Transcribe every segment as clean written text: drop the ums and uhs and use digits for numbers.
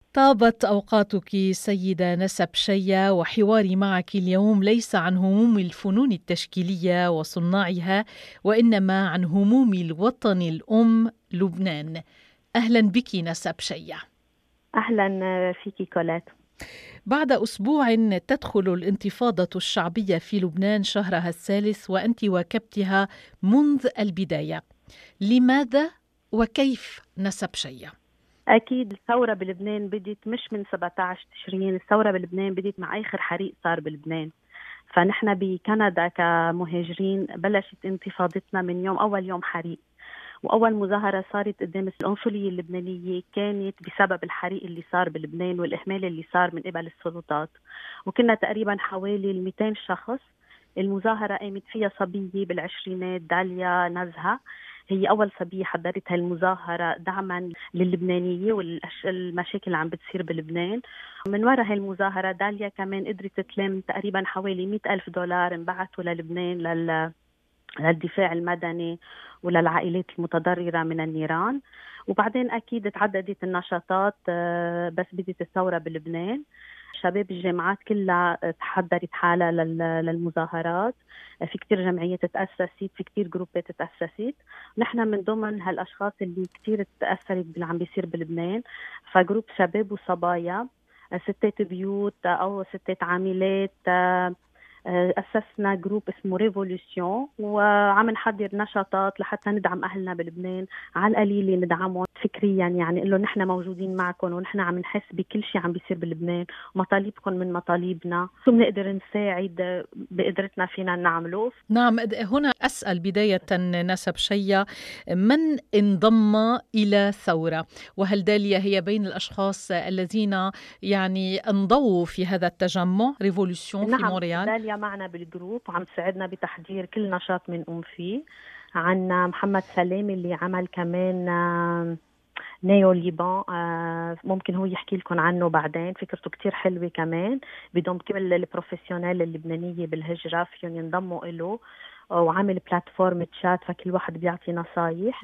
طابت أوقاتك سيدة نسب شيا، وحواري معك اليوم ليس عن هموم الفنون التشكيلية وصناعها، وإنما عن هموم الوطن الأم لبنان. أهلا بك نسب شيا. أهلا فيكي كولات. بعد أسبوع تدخل الانتفاضة الشعبية في لبنان شهرها الثالث، وأنت واكبتها منذ البداية. لماذا وكيف نسب شيا؟ أكيد الثورة بلبنان بدت مش من 17 تشرين، الثورة بلبنان بدت مع آخر حريق صار بلبنان. فنحن بكندا كمهاجرين بلشت انتفاضتنا من أول يوم حريق، وأول مظاهرة صارت قدام القنصلية اللبنانية كانت بسبب الحريق اللي صار بلبنان والإهمال اللي صار من قبل السلطات، وكنا تقريبا حوالي 200 شخص. المظاهرة قامت فيها صبية بالعشرينات داليا نزهة، هي أول صبية حضرتها المظاهرة دعما للبنانية والمشاكل اللي عم بتصير بلبنان. من وراء هاي المظاهرة داليا كمان قدرت تلم تقريبا حوالي 100,000 دولار انبعثوا للبنان للدفاع المدني وللعائلات المتضررة من النيران. وبعدين أكيد تعددت النشاطات بس بدت الثورة بلبنان. شباب الجامعات كلها تحضرت حالها للمظاهرات، في كتير جمعيات تأسست، في كتير جروبات تأسست. نحن من ضمن هالأشخاص اللي كتير تأثرت باللي عم بيصير بلبنان. فجروب شباب وصبايا، ستات بيوت أو ستات عاملات، أسسنا جروب اسمه ريفولوشن، وعم نحضر نشاطات لحتى ندعم أهلنا بلبنان، على القليل ندعمهم فكريا، يعني إنه نحن موجودين معكم ونحن عم نحس بكل شيء عم بيصير بلبنان، ومطالبكم من مطالبنا، شو بنقدر نساعد بقدرتنا فينا نعمله. نعم، هنا أسأل بداية نسب شيا، من انضم إلى ثورة؟ وهل داليا هي بين الأشخاص الذين يعني انضووا في هذا التجمع ريفولوشن في نعم، مونريال؟ داليا معنا بالجروب وعم تساعدنا بتحضير كل نشاط بنقوم فيه. عنا محمد سلامي اللي عمل كمان نيو ليبان، ممكن هو يحكي لكم عنه بعدين، فكرته كتير حلوة كمان، بضم كل البروفيسيونيل اللبنانية بالهجرة فيهم ينضموا له، وعامل بلاتفورم تشات فكل واحد بيعطي نصايح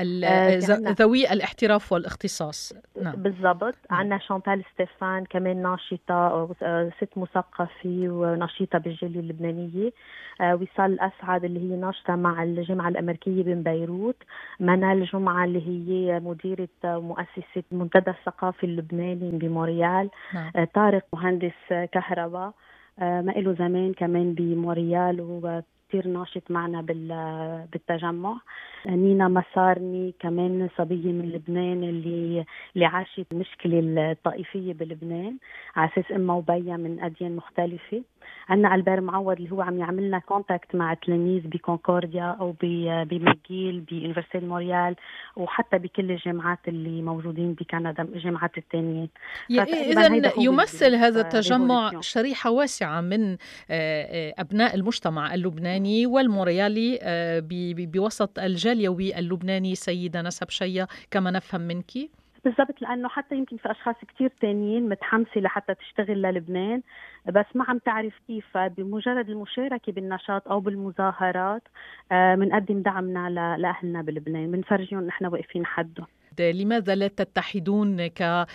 لذوي الاحتراف والاختصاص. نعم بالضبط. نعم. عندنا شانتال ستيفان كمان ناشطة، ست مثقفة وناشطة بالجالية اللبنانية. وصال الأسعد اللي هي ناشطة مع الجامعة الأمريكية بين بيروت. منال جمعة اللي هي مديرة مؤسسة المنتدى الثقافي اللبناني بموريال. نعم. طارق مهندس كهرباء، ما له زمان كمان بموريال وكتير ناشط معنا بالتجمع. نينا مسارني كمان صبية من لبنان اللي عاشت المشكلة الطائفية بلبنان على أساس أمها وبيها من أديان مختلفة. عندنا ألبير معوض اللي هو عم يعملنا كونتاكت مع تلاميذ بكونكورديا أو بماجيل بيونيفرسيتي موريال، وحتى بكل الجامعات اللي موجودين بكندا، الجامعات التانيين. إذن يمثل هذا التجمع شريحة واسعة من أبناء المجتمع اللبناني والموريالي بوسط الجاليوي اللبناني سيدة نسب شيا كما نفهم منك. بالضبط، لأنه حتى يمكن في أشخاص كتير تانيين متحمسة لحتى تشتغل للبنان بس ما عم تعرف كيف. بمجرد المشاركة بالنشاط أو بالمظاهرات منقدم دعمنا لأهلنا بلبنان، منفرجيهم نحن واقفين حده. لماذا لا تتحدون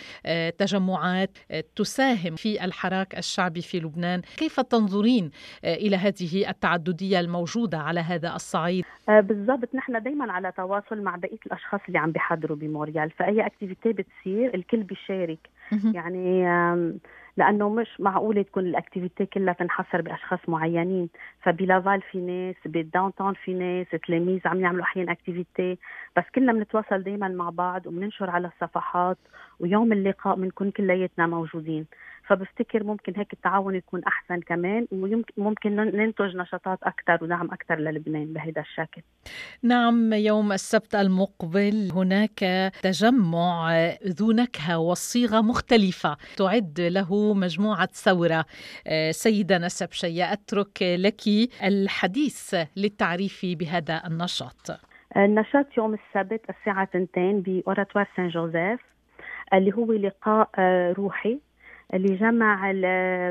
كتجمعات تساهم في الحراك الشعبي في لبنان؟ كيف تنظرين إلى هذه التعددية الموجودة على هذا الصعيد؟ بالضبط، نحن دايما على تواصل مع بقية الأشخاص اللي عم بيحضروا بموريال، فأي اكتيفيتي بتصير الكل بيشارك. يعني لأنه مش معقولة تكون الاكتيفيتي كلها تنحصر بأشخاص معينين، فبلافال في ناس، بالداون تاون في ناس تلاميذ عم يعملوا أحيانا اكتيفيتي، بس كلنا بنتواصل دايما مع بعض وبننشر على الصفحات، ويوم اللقاء بنكون كلياتنا موجودين. فبفتكر ممكن هيك التعاون يكون أحسن كمان، وممكن ننتج نشاطات أكثر ودعم أكثر للبنان بهذا الشكل. نعم، يوم السبت المقبل هناك تجمع ذو نكهة وصيغة مختلفة تعد له مجموعة ثورة. سيدة نسب شيا، أترك لك الحديث للتعريف بهذا النشاط. النشاط يوم السبت الساعة 2 بأوراتوار سان جوزيف، اللي هو لقاء روحي اللي جمع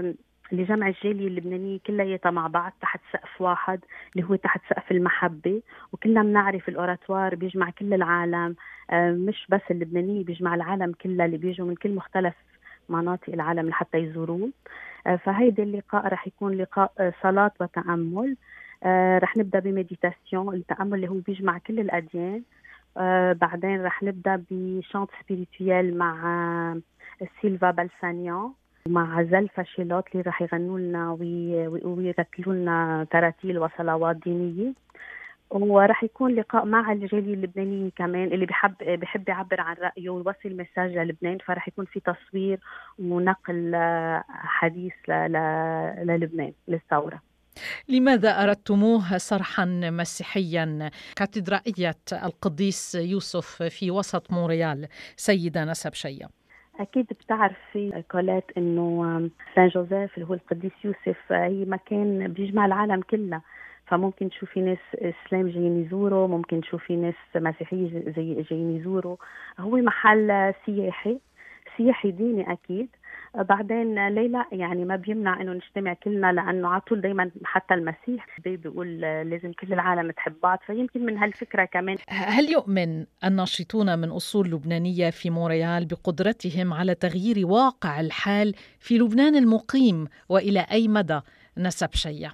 لجمع الجالية اللبنانية كلياتها مع بعض تحت سقف واحد اللي هو تحت سقف المحبة. وكلنا بنعرف الأوراتوار بيجمع كل العالم، مش بس اللبنانية، بيجمع العالم كلها اللي بيجوا من كل مختلف مناطق العالم لحتى يزوروه. فهيدا اللقاء رح يكون لقاء صلاة وتأمل. رح نبدأ بمديتاسيون، التأمل اللي هو بيجمع كل الأديان. بعدين رح نبدأ بشانت سبيريتويال مع سيلفا بلسانيان ومع زلفا شيلوت اللي رح يغنوا لنا ويرتلوا لنا تراتيل وصلوات دينية. ورح يكون لقاء مع الجالية اللبنانية كمان اللي بحب يعبر عن رأيه ويوصل مساج للبنان، فرح يكون في تصوير ونقل حديث للبنان للثورة. لماذا أردتموه صرحا مسيحيا؟ كاتدرائية القديس يوسف في وسط مونريال سيدة نسب شيا. أكيد بتعرفي كولات إنه سان جوزيف اللي هو القديس يوسف هي مكان بيجمع العالم كله، فممكن تشوفي ناس إسلام جايين يزوروا، ممكن تشوفي ناس مسيحية جايين يزوروا. هو محل سياحي ديني أكيد. بعدين ليه لا، يعني ما بيمنع انه نجتمع كلنا، لانه على طول دائما حتى المسيح بيقول لازم كل العالم تحب بعض، فيمكن من هالفكره كمان. هل يؤمن الناشطون من اصول لبنانيه في مونريال بقدرتهم على تغيير واقع الحال في لبنان المقيم، والى اي مدى نسب شيا؟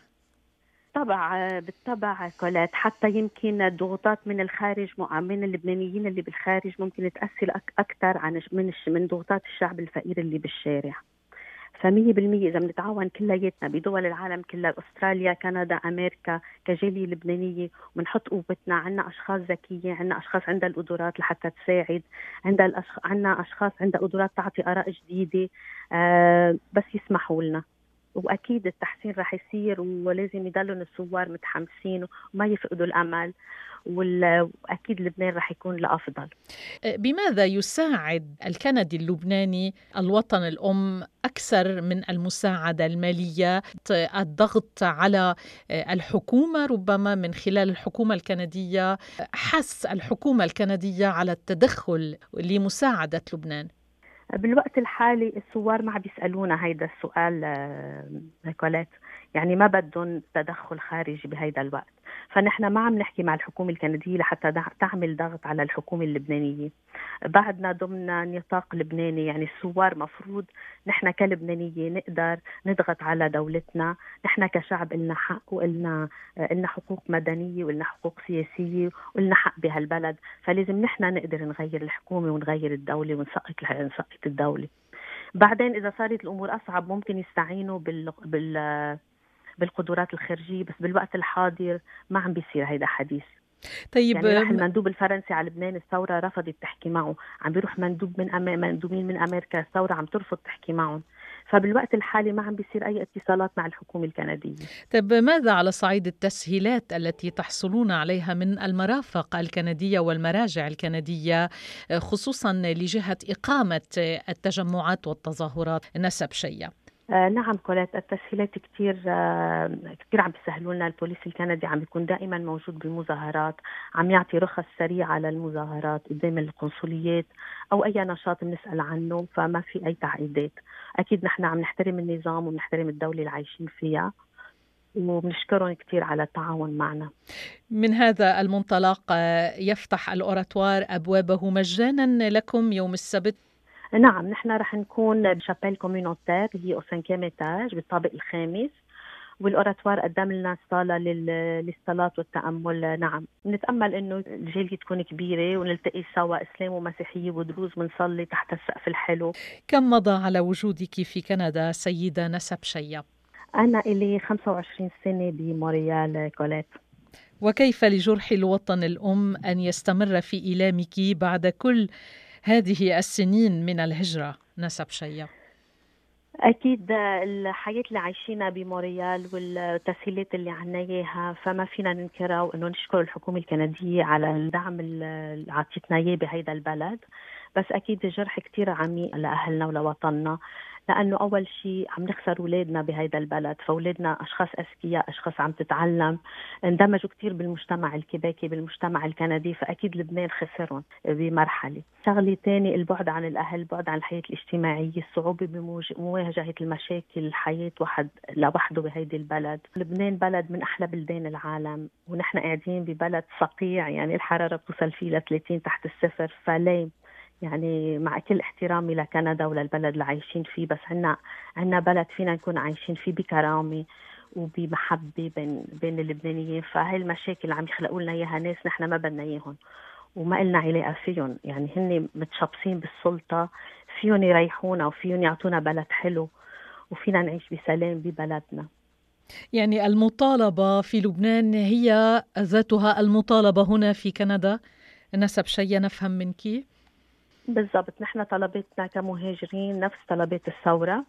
بالطبع كولات، حتى يمكن الضغوطات من الخارج من اللبنانيين اللي بالخارج ممكن تأثر أكثر عن من ضغوطات الشعب الفقير اللي بالشارع. فمية بالمية إذا بنتعاون كلياتنا بدول العالم كلها، أستراليا، كندا، أمريكا، كجالية لبنانية، وبنحط قوتنا، عنا أشخاص ذكية، عنا أشخاص عندها القدرات لحتى تساعد، عنا أشخاص عندها قدرات تعطي آراء جديدة، بس يسمحوا لنا. واكيد التحسين رح يصير، ولازم يضلوا الثوار متحمسين وما يفقدوا الامل، واكيد لبنان رح يكون لافضل. بماذا يساعد الكندي اللبناني الوطن الأم أكثر من المساعدة المالية؟ الضغط على الحكومة ربما من خلال الحكومة الكندية، حث الحكومة الكندية على التدخل لمساعدة لبنان. بالوقت الحالي الثوار ما عم بيسألونا هيدا السؤال كولات، يعني ما بدهم تدخل خارجي بهيدا الوقت. فنحن ما عم نحكي مع الحكومة الكندية لحتى تعمل ضغط على الحكومة اللبنانية. بعدنا ضمن نطاق لبناني، يعني الثوار مفروض نحن كلبنانية نقدر نضغط على دولتنا. نحن كشعب لنا حق، ولنا حقوق مدنية، ولنا حقوق سياسية، ولنا حق بهالبلد. فلازم نحن نقدر نغير الحكومة ونغير الدولة ونسقط الدولة. بعدين إذا صارت الأمور أصعب ممكن يستعينوا بالقدرات الخارجية، بس بالوقت الحاضر ما عم بيصير هيدا حديث. طيب، يعني راح المندوب الفرنسي على لبنان، الثورة رفضت تحكي معه. عم بيروح مندوبين من أمريكا، الثورة عم ترفض تحكي معهم. فبالوقت الحالي ما عم بيصير أي اتصالات مع الحكومة الكندية. طيب، ماذا على صعيد التسهيلات التي تحصلون عليها من المرافق الكندية والمراجع الكندية، خصوصا لجهة إقامة التجمعات والتظاهرات نسب شيا؟ نعم كولات، التسهيلات كتير عم بيسهلوا لنا. البوليس الكندي عم بيكون دائما موجود بالمظاهرات، عم يعطي رخص سريعة للمظاهرات قدام القنصليات أو أي نشاط بنسأل عنه، فما في أي تعقيدات. أكيد نحن عم نحترم النظام ونحترم الدولة اللي عايشين فيها، وبنشكرهم كتير على التعاون معنا. من هذا المنطلق يفتح الأوراتوار أبوابه مجانا لكم يوم السبت؟ نعم، نحن رح نكون بشابيل كوميونوتير اللي هي أوسنكيم إيتاج بالطابق الخامس، والأوراتوار قدم لنا صالة للصلاة والتأمل. نعم، نتأمل إنه الجالية تكون كبيرة ونلتقي سوا، إسلام ومسيحية ودروز، ونصلي تحت السقف الحلو. كم مضى على وجودك في كندا سيدة نسب شيا؟ أنا إلي 25 سنة بمونريال كولات. وكيف لجرح الوطن الأم أن يستمر في إيلامك بعد كل هذه السنين من الهجرة نسب شيا؟ أكيد الحياة اللي عايشينها بمونريال والتسهيلات اللي عنا إياها فما فينا ننكرها، وإنه نشكر الحكومة الكندية على الدعم اللي عطيتنا إياه بهيدا البلد. بس أكيد الجرح كتير عميق لأهلنا ولوطننا، لأنه أول شيء عم نخسر أولادنا بهيدا البلد، فأولادنا أشخاص أذكياء، أشخاص عم تتعلم، اندمجوا كتير بالمجتمع الكيبيكي بالمجتمع الكندي، فأكيد لبنان خسرهم بمرحلة. شغلة تاني البعد عن الأهل، البعد عن الحياة الاجتماعية، الصعوبة بمواجهة المشاكل، الحياة واحد لوحده بهيدي البلد. لبنان بلد من أحلى بلدان العالم، ونحن قاعدين ببلد صقيع، يعني الحرارة بتوصل فيه ل 30 تحت الصفر، فليه يعني مع كل احترامي لكندا وللبلد اللي عايشين فيه، بس عنا بلد فينا نكون عايشين فيه بكرامة وبمحبة بين اللبنانيين. فهي المشاكل عم يخلقوا لنا اياها ناس نحن ما بدنا اياهم وما إلنا علاقة فيهم، يعني هن متشبصين بالسلطة، فيهم يريحونا وفيهم يعطونا بلد حلو وفينا نعيش بسلام ببلدنا. يعني المطالبة في لبنان هي ذاتها المطالبة هنا في كندا، نسب شيء نفهم منك؟ بالضبط، نحن طلباتنا كمهاجرين نفس طلبات الثورة،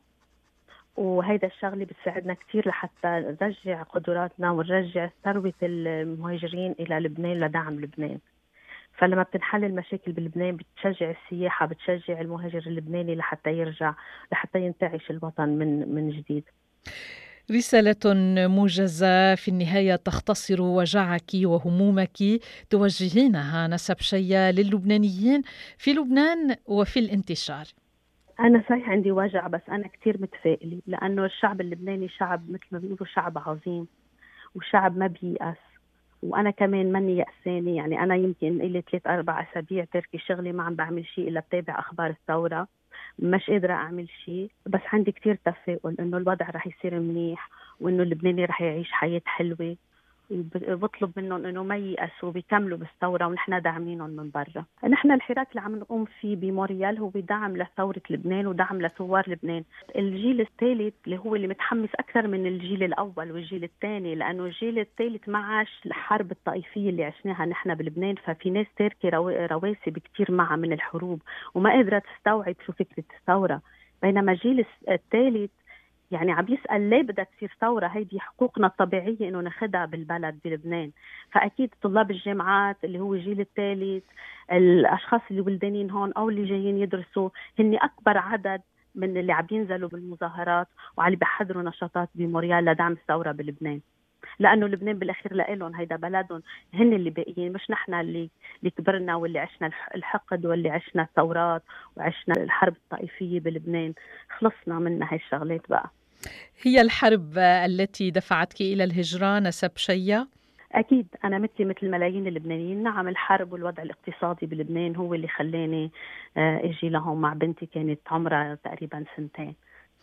وهيدا الشغلة بتساعدنا كتير لحتى نرجع قدراتنا ونرجع ثروة المهاجرين إلى لبنان لدعم لبنان. فلما بتنحل المشاكل بلبنان بتشجع السياحة، بتشجع المهاجر اللبناني لحتى يرجع، لحتى ينتعش الوطن من جديد. رسالة موجزة في النهاية تختصر وجعك وهمومك توجهينها نسب شيء للبنانيين في لبنان وفي الانتشار. أنا صحيح عندي وجع، بس أنا كتير متفائلة، لأنه الشعب اللبناني شعب مثل ما بيقولوا شعب عظيم وشعب ما بييأس، وأنا كمان ماني يأسانة. يعني أنا يمكن إلي 3-4 أسابيع تركي شغلي، ما عم بعمل شيء إلا بتابع أخبار الثورة، مش قادرة أعمل شيء، بس عندي كتير تفاؤل إنه الوضع رح يصير منيح، وإنه اللبناني رح يعيش حياة حلوة، وبطلب منهم انه ما ييأسوا، بيكملوا بالثوره ونحن داعمينهم من برا. نحن الحراك اللي عم نقوم فيه بموريال هو دعم لثوره لبنان ودعم لثوار لبنان. الجيل الثالث اللي هو اللي متحمس اكثر من الجيل الاول والجيل الثاني، لانه الجيل الثالث ما عاش الحرب الطائفيه اللي عشناها نحن بلبنان، ففي ناس تاركه رواسب كثير معها من الحروب وما قادره تستوعب شو فكره الثوره. بينما الجيل الثالث يعني عم يسأل ليه بدها تصير ثورة، هيدي حقوقنا الطبيعية إنه ناخدها بالبلد بلبنان. فأكيد طلاب الجامعات اللي هو الجيل الثالث، الأشخاص اللي ولدانين هون أو اللي جايين يدرسوا، هن أكبر عدد من اللي عم ينزلوا بالمظاهرات وعلي بيحضروا نشاطات بموريال لدعم الثورة بلبنان، لأنه لبنان بالأخير لإلهم، هيدا بلدهم، هن اللي باقيين، مش نحن اللي كبرنا واللي عشنا الحقد واللي عشنا الثورات وعشنا الحرب الطائفية بلبنان. خلصنا منها هاي الشغلات بقى. هي الحرب التي دفعتك إلى الهجرة نسب شيء؟ أكيد أنا مثل ملايين اللبنانيين، نعم الحرب والوضع الاقتصادي بلبنان هو اللي خلاني أجي لهون مع بنتي كانت عمرها تقريبا 2 سنين.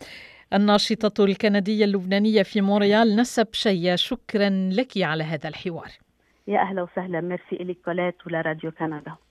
الناشطة الكندية اللبنانية في مونريال نسب شيء، شكرا لك على هذا الحوار. يا أهلا وسهلا، ميرسي إليك كولات ولراديو كندا.